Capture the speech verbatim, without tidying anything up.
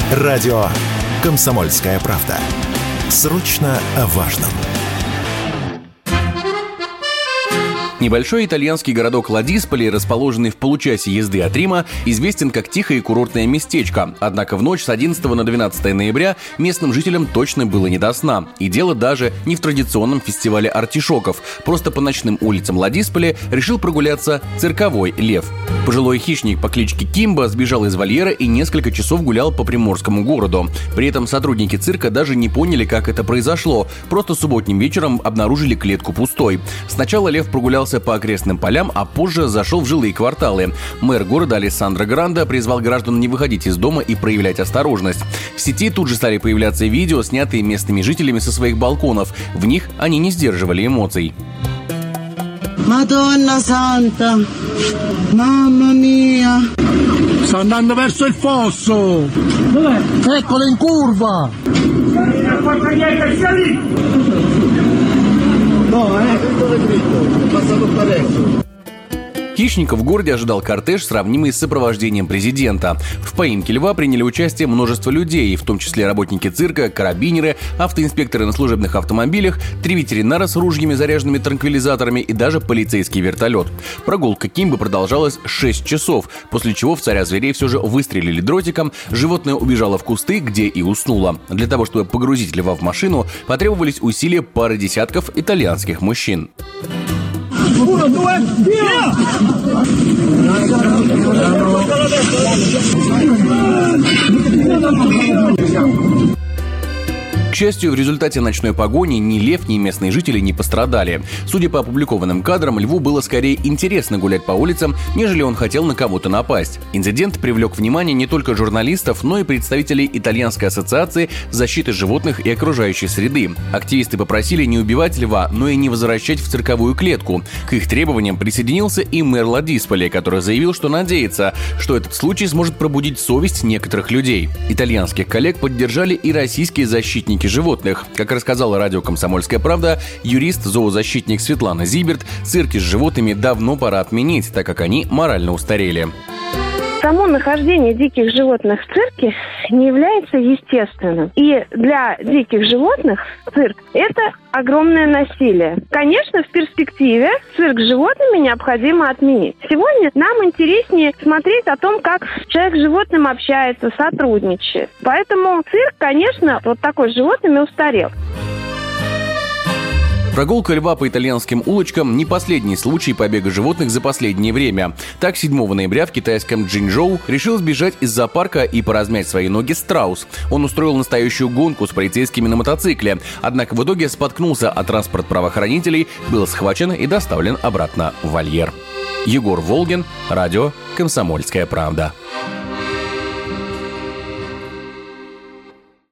Радио «Комсомольская правда». Срочно о важном. Небольшой итальянский городок Ладисполи, расположенный в получасе езды от Рима, известен как тихое и курортное местечко. Однако в ночь с одиннадцатого на двенадцатое ноября местным жителям точно было не до сна. И дело даже не в традиционном фестивале артишоков. Просто по ночным улицам Ладисполи решил прогуляться цирковой лев. Пожилой хищник по кличке Кимбо сбежал из вольера и несколько часов гулял по приморскому городу. При этом сотрудники цирка даже не поняли, как это произошло. Просто субботним вечером обнаружили клетку пустой. Сначала лев прогулялся по окрестным полям, а позже зашел в жилые кварталы. Мэр города Алессандро Гранда призвал граждан не выходить из дома и проявлять осторожность. В сети тут же стали появляться видео, снятые местными жителями со своих балконов. В них они не сдерживали эмоций. Madonna Santa, mamma mia. Sta andando verso il fosso. Dov'è? Eccolo in curva. No, eh, dove è dritto? Passato parecchio. Хищника в городе ожидал кортеж, сравнимый с сопровождением президента. В поимке льва приняли участие множество людей, в том числе работники цирка, карабинеры, автоинспекторы на служебных автомобилях, три ветеринара с ружьями, заряженными транквилизаторами и даже полицейский вертолет. Прогулка Кимбо продолжалась шесть часов, после чего в царя зверей все же выстрелили дротиком, животное убежало в кусты, где и уснуло. Для того, чтобы погрузить льва в машину, потребовались усилия пары десятков итальянских мужчин. Uno, due, via! К счастью, в результате ночной погони ни лев, ни местные жители не пострадали. Судя по опубликованным кадрам, льву было скорее интересно гулять по улицам, нежели он хотел на кого-то напасть. Инцидент привлек внимание не только журналистов, но и представителей Итальянской ассоциации защиты животных и окружающей среды. Активисты попросили не убивать льва, но и не возвращать в цирковую клетку. К их требованиям присоединился и мэр Ладисполи, который заявил, что надеется, что этот случай сможет пробудить совесть некоторых людей. Итальянских коллег поддержали и российские защитники животных. Как рассказала радио «Комсомольская правда», юрист-зоозащитник Светлана Зиберт, цирки с животными давно пора отменить, так как они морально устарели. Само нахождение диких животных в цирке не является естественным. И для диких животных цирк – это огромное насилие. Конечно, в перспективе цирк с животными необходимо отменить. Сегодня нам интереснее смотреть о том, как человек с животным общается, сотрудничает. Поэтому цирк, конечно, вот такой с животными устарел. Прогулка льва по итальянским улочкам – не последний случай побега животных за последнее время. Так, седьмого ноября в китайском Чжэнчжоу решил сбежать из зоопарка и поразмять свои ноги страус. Он устроил настоящую гонку с полицейскими на мотоцикле, однако в итоге споткнулся о транспорт правоохранителей, был схвачен и доставлен обратно в вольер. Егор Волгин, радио «Комсомольская правда».